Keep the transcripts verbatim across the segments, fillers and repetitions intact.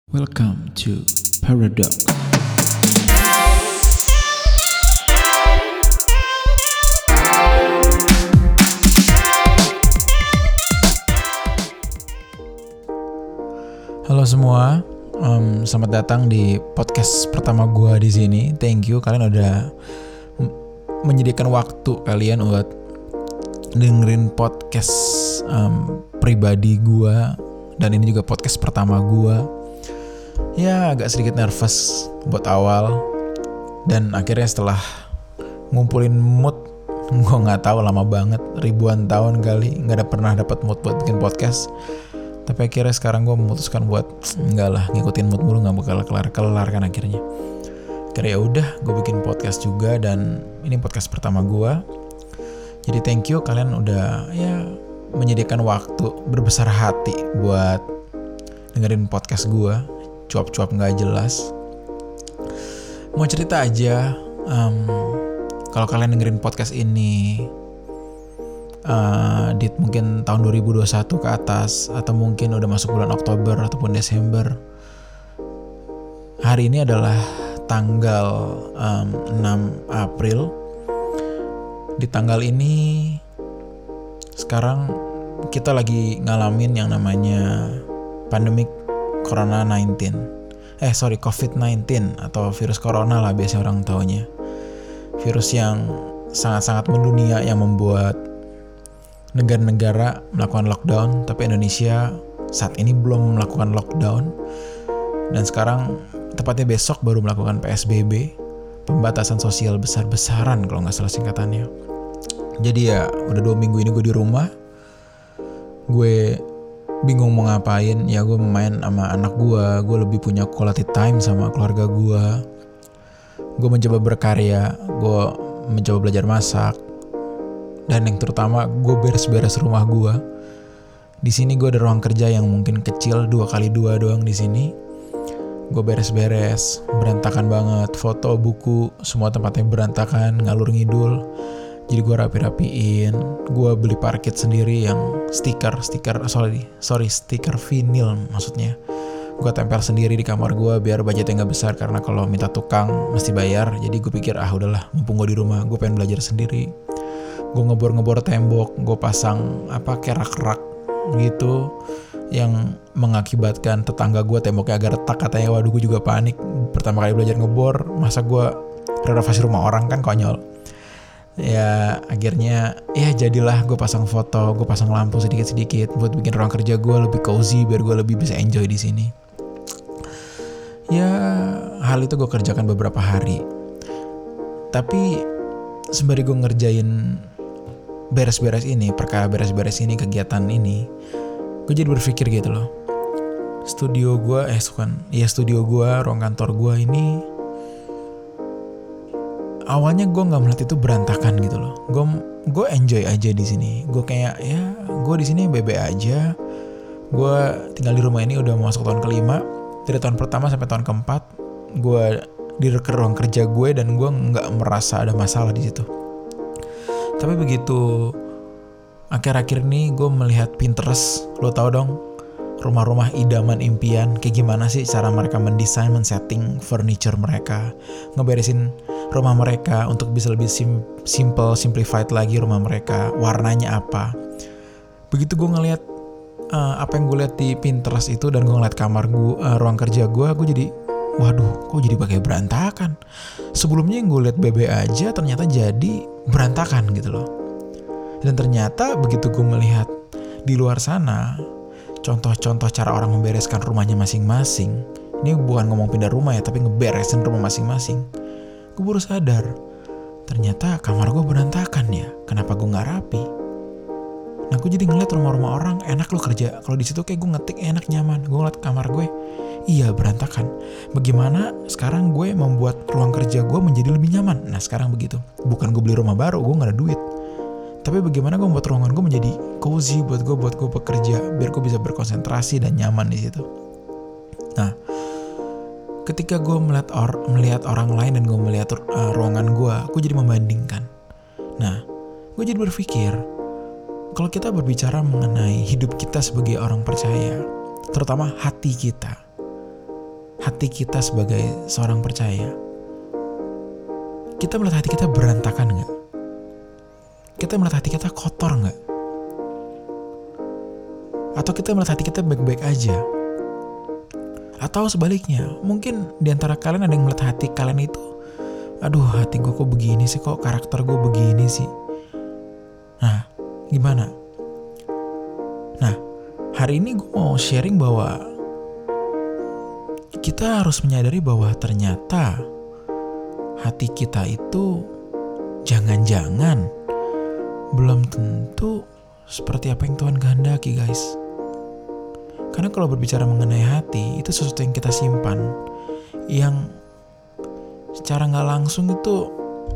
Welcome to Paradox. Halo semua, um, selamat datang di podcast pertama gue di sini. Thank you kalian udah m- menyediakan waktu kalian buat dengerin podcast um, pribadi gue, dan ini juga podcast pertama gue. Ya agak sedikit nervous buat awal, dan akhirnya setelah ngumpulin mood, gue nggak tahu lama banget, ribuan tahun kali nggak ada pernah dapat mood buat bikin podcast. Tapi akhirnya sekarang gue memutuskan buat enggak lah, ngikutin mood mulu nggak bakal kelar-kelar kan akhirnya. Akhirnya ya udah, gue bikin podcast juga, dan ini podcast pertama gue. Jadi thank you kalian udah ya menyediakan waktu berbesar hati buat dengerin podcast gue. Cuap-cuap gak jelas. Mau cerita aja, um, kalau kalian dengerin podcast ini uh, di mungkin tahun dua ribu dua puluh satu ke atas, atau mungkin udah masuk bulan Oktober ataupun Desember, hari ini adalah tanggal um, enam April. Di tanggal ini sekarang kita lagi ngalamin yang namanya pandemik Corona sembilan belas, eh sorry covid sembilan belas atau virus corona lah biasa orang taunya. Virus yang sangat-sangat mendunia, yang membuat negara-negara melakukan lockdown, tapi Indonesia saat ini belum melakukan lockdown. Dan sekarang, tepatnya besok, baru melakukan P S B B, pembatasan sosial besar-besaran kalau nggak salah singkatannya. Jadi ya udah dua minggu ini gue di rumah, gue bingung mau ngapain. Ya gue main sama anak gue, gue lebih punya quality time sama keluarga gue. Gue mencoba berkarya, gue mencoba belajar masak, dan yang terutama gue beres-beres rumah gue. Di sini gue ada ruang kerja yang mungkin kecil, dua kali dua doang di sini. Gue beres-beres, berantakan banget, foto, buku, semua tempatnya berantakan, ngalur ngidul. Jadi gue rapi-rapiin, gue beli parkit sendiri yang stiker, stiker, sorry, sorry, stiker vinil maksudnya. Gue tempel sendiri di kamar gue biar budgetnya gak besar, karena kalau minta tukang mesti bayar. Jadi gue pikir, ah udahlah, mumpung gue di rumah, gue pengen belajar sendiri. Gue ngebor-ngebor tembok, gue pasang apa kayak rak-rak gitu, yang mengakibatkan tetangga gue temboknya agak retak katanya. Waduh, gue juga panik. Pertama kali belajar ngebor, masa gue renovasi rumah orang, kan konyol. Ya akhirnya ya jadilah gue pasang foto, gue pasang lampu sedikit-sedikit buat bikin ruang kerja gue lebih cozy, biar gue lebih bisa enjoy di sini. Ya hal itu gue kerjakan beberapa hari. Tapi sembari gue ngerjain beres-beres ini, perkara beres-beres ini, kegiatan ini, gue jadi berpikir gitu loh. Studio gue, eh bukan, ya studio gue, ruang kantor gue ini, awalnya gue nggak melihat itu berantakan gitu loh. Gue gue enjoy aja di sini. Gue kayak ya gue di sini bebe aja. Gue tinggal di rumah ini udah masuk tahun kelima. Dari tahun pertama sampai tahun keempat, gue di ruang kerja gue, dan gue nggak merasa ada masalah di situ. Tapi begitu akhir-akhir ini gue melihat Pinterest, lo tau dong, rumah-rumah idaman impian, kayak gimana sih cara mereka mendesain, men-setting furniture mereka, ngeberesin rumah mereka untuk bisa lebih sim- simple, simplified lagi rumah mereka, warnanya apa. Begitu gue ngeliat uh, apa yang gue lihat di Pinterest itu, dan gue ngeliat kamar gue, uh, ruang kerja gue, gue jadi, waduh, kok jadi pakai berantakan. Sebelumnya yang gue lihat bebe aja, ternyata jadi berantakan gitu loh. Dan ternyata begitu gue melihat di luar sana, contoh-contoh cara orang membereskan rumahnya masing-masing. Ini bukan ngomong pindah rumah ya, tapi ngeberesin rumah masing-masing. Gue baru sadar, ternyata kamar gue berantakan ya. Kenapa gue nggak rapi? Nah, gue jadi ngeliat rumah-rumah orang enak loh kerja. Kalau di situ kayak gue ngetik enak, nyaman. Gue ngeliat kamar gue, iya berantakan. Bagaimana sekarang gue membuat ruang kerja gue menjadi lebih nyaman? Nah sekarang begitu. Bukan gue beli rumah baru, gue nggak ada duit. Tapi bagaimana gue membuat ruangan gue menjadi cozy buat gue, buat gue bekerja, biar gue bisa berkonsentrasi dan nyaman di situ. Nah, ketika gue melihat, or, melihat orang lain dan gue melihat uh, ruangan gue, gue jadi membandingkan. Nah, gue jadi berpikir, kalau kita berbicara mengenai hidup kita sebagai orang percaya, terutama hati kita, hati kita sebagai seorang percaya, kita melihat hati kita berantakan gak? Kita melihat hati kita kotor gak? Atau kita melihat hati kita baik-baik aja? Atau sebaliknya, mungkin diantara kalian ada yang melihat hati kalian itu, aduh hati gue kok begini sih, kok karakter gue begini sih. Nah, gimana? Nah, hari ini gue mau sharing bahwa kita harus menyadari bahwa ternyata hati kita itu jangan-jangan belum tentu seperti apa yang Tuhan kehendaki, guys. Karena kalau berbicara mengenai hati, itu sesuatu yang kita simpan, yang secara gak langsung itu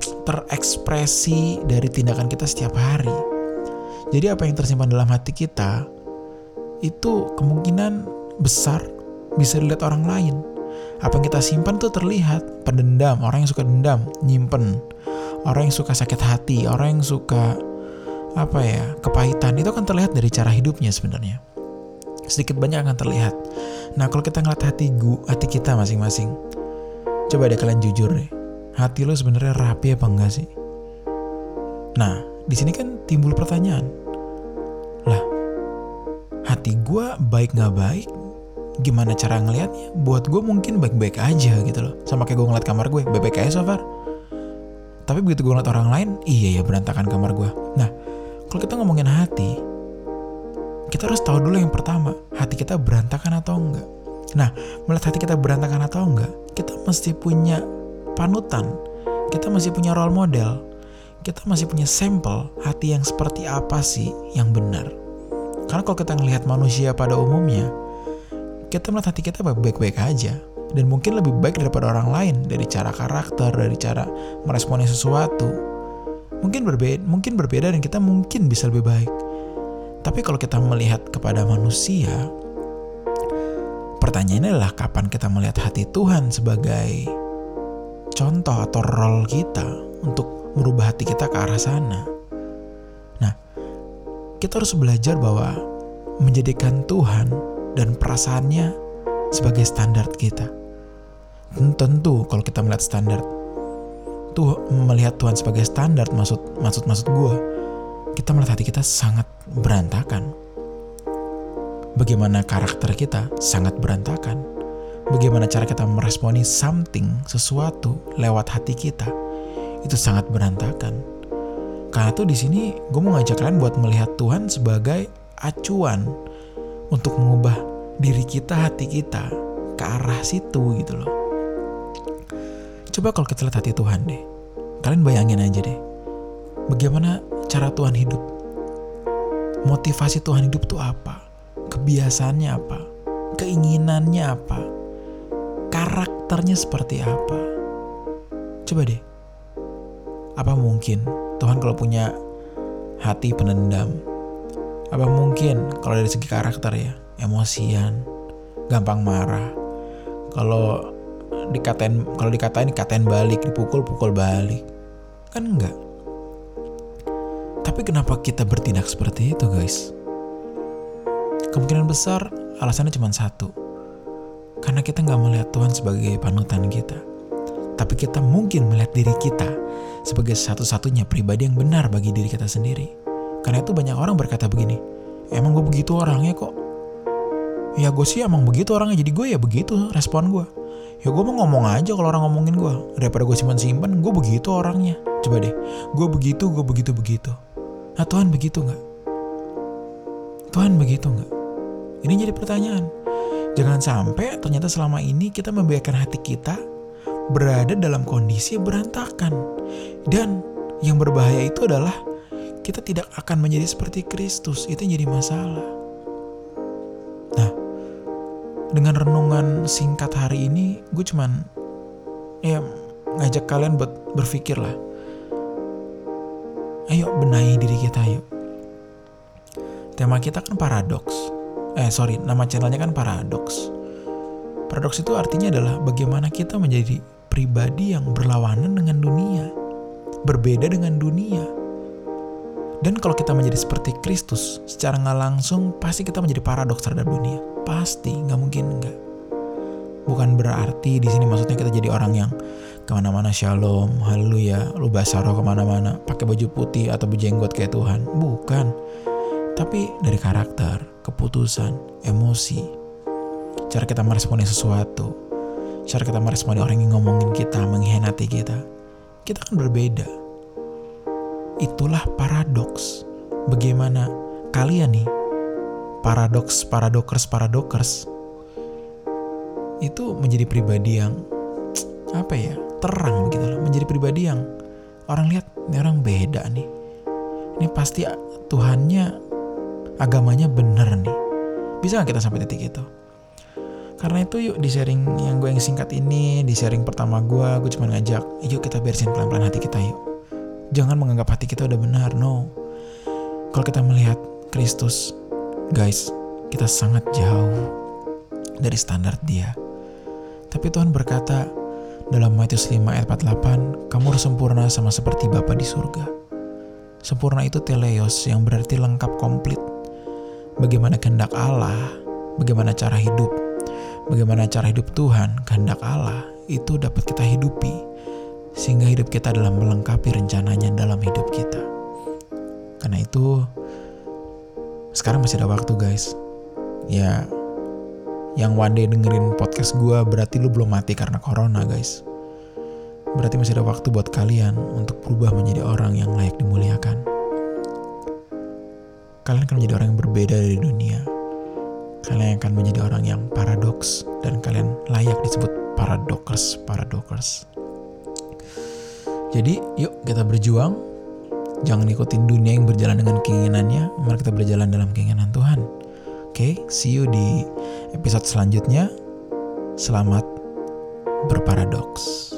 terekspresi dari tindakan kita setiap hari. Jadi apa yang tersimpan dalam hati kita, itu kemungkinan besar bisa dilihat orang lain. Apa yang kita simpan tuh terlihat. Pendendam, orang yang suka dendam, nyimpen. Orang yang suka sakit hati, orang yang suka apa ya, kepahitan, itu akan terlihat dari cara hidupnya sebenarnya. Sedikit banyak akan terlihat. Nah, kalau kita ngeliat hati gu, hati kita masing-masing, coba deh kalian jujur deh, hati lo sebenarnya rapi apa enggak sih? Nah, di sini kan timbul pertanyaan, lah, hati gue baik nggak baik? Gimana cara ngelihatnya? Buat gue mungkin baik-baik aja gitu loh. Sama kayak gue ngeliat kamar gue, baik-baik aja so far. Tapi begitu gue ngeliat orang lain, iya ya berantakan kamar gue. Nah, kalau kita ngomongin hati, kita harus tahu dulu yang pertama, hati kita berantakan atau enggak. Nah, melihat hati kita berantakan atau enggak, kita mesti punya panutan, kita masih punya role model, kita masih punya sampel hati yang seperti apa sih yang benar. Karena kalau kita ngelihat manusia pada umumnya, kita melihat hati kita baik-baik aja, dan mungkin lebih baik daripada orang lain dari cara karakter, dari cara meresponi sesuatu. Mungkin berbeda, mungkin berbeda dan kita mungkin bisa lebih baik. Tapi kalau kita melihat kepada manusia, pertanyaannya adalah kapan kita melihat hati Tuhan sebagai contoh atau role kita untuk merubah hati kita ke arah sana. Nah, kita harus belajar bahwa menjadikan Tuhan dan perasaannya sebagai standar kita. Tentu kalau kita melihat standar, tuh melihat Tuhan sebagai standar, maksud maksud maksud gue, kita melihat hati kita sangat berantakan. Bagaimana karakter kita sangat berantakan. Bagaimana cara kita meresponi something, sesuatu lewat hati kita, itu sangat berantakan. Karena tuh di sini gue mau ngajak kalian buat melihat Tuhan sebagai acuan untuk mengubah diri kita, hati kita ke arah situ gitu loh. Coba kalau kita lihat hati Tuhan deh, kalian bayangin aja deh, bagaimana cara Tuhan hidup, motivasi Tuhan hidup tuh apa, kebiasaannya apa, keinginannya apa, karakternya seperti apa. Coba deh, apa mungkin Tuhan kalau punya hati penendam? Apa mungkin kalau dari segi karakter ya, emosian, gampang marah, kalau dikatain kalau dikatain dikatain balik, dipukul pukul balik? Kan enggak. Tapi kenapa kita bertindak seperti itu, guys? Kemungkinan besar alasannya cuma satu, karena kita nggak melihat Tuhan sebagai panutan kita, tapi kita mungkin melihat diri kita sebagai satu-satunya pribadi yang benar bagi diri kita sendiri. Karena itu banyak orang berkata begini, emang gue begitu orangnya kok. Ya gue sih emang begitu orangnya, jadi gue ya begitu respon gue. Ya gue mau ngomong aja kalau orang ngomongin gue, daripada gue simpan-simpan, gue begitu orangnya. Coba deh, gue begitu, gue begitu-begitu. Nah Tuhan begitu gak? Tuhan begitu gak? Ini jadi pertanyaan. Jangan sampai ternyata selama ini kita membiarkan hati kita berada dalam kondisi berantakan. Dan yang berbahaya itu adalah kita tidak akan menjadi seperti Kristus. Itu yang jadi masalah. Nah, dengan renungan singkat hari ini, gue cuman ya ngajak kalian buat berpikir lah. Ayo benahi diri kita, yuk. Tema kita kan paradoks. Eh sorry, nama channelnya kan paradoks. Paradoks itu artinya adalah bagaimana kita menjadi pribadi yang berlawanan dengan dunia, berbeda dengan dunia. Dan kalau kita menjadi seperti Kristus, secara gak langsung pasti kita menjadi paradoks terhadap dunia. Pasti, gak mungkin enggak. Bukan berarti di sini maksudnya kita jadi orang yang kemana-mana shalom, haleluya, lu basaro kemana-mana, pakai baju putih atau berjenggot kayak Tuhan. Bukan. Tapi dari karakter, keputusan, emosi, cara kita meresponi sesuatu, cara kita meresponi orang yang ngomongin kita, mengkhianati kita, kita kan berbeda. Itulah paradoks. Bagaimana kalian nih, paradoks, paradokers, paradokers, itu menjadi pribadi yang apa ya, terang begitu loh, menjadi pribadi yang orang lihat ini orang beda nih, ini pasti Tuhannya, agamanya bener nih. Bisa gak kita sampai titik itu? Karena itu yuk di sharing yang gue yang singkat ini, di sharing pertama gue, gue cuma ngajak, yuk kita beresin pelan-pelan hati kita yuk. Jangan menganggap hati kita udah benar, no. Kalau kita melihat Kristus, guys, kita sangat jauh dari standar dia. Tapi Tuhan berkata dalam Matius lima ayat empat puluh delapan, kamu harus sempurna sama seperti Bapa di surga. Sempurna itu teleos, yang berarti lengkap, komplit. Bagaimana kehendak Allah, bagaimana cara hidup, bagaimana cara hidup Tuhan, kehendak Allah, itu dapat kita hidupi. Sehingga hidup kita adalah melengkapi rencananya dalam hidup kita. Karena itu, sekarang masih ada waktu guys. Ya, yang one day dengerin podcast gue berarti lu belum mati karena corona guys. Berarti masih ada waktu buat kalian untuk berubah menjadi orang yang layak dimuliakan. Kalian akan menjadi orang yang berbeda dari dunia. Kalian akan menjadi orang yang paradoks, dan kalian layak disebut paradokers, paradokers. Jadi yuk kita berjuang. Jangan ikutin dunia yang berjalan dengan keinginannya, mari kita berjalan dalam keinginan Tuhan. Oke, okay, see you di episode selanjutnya. Selamat berparadoks.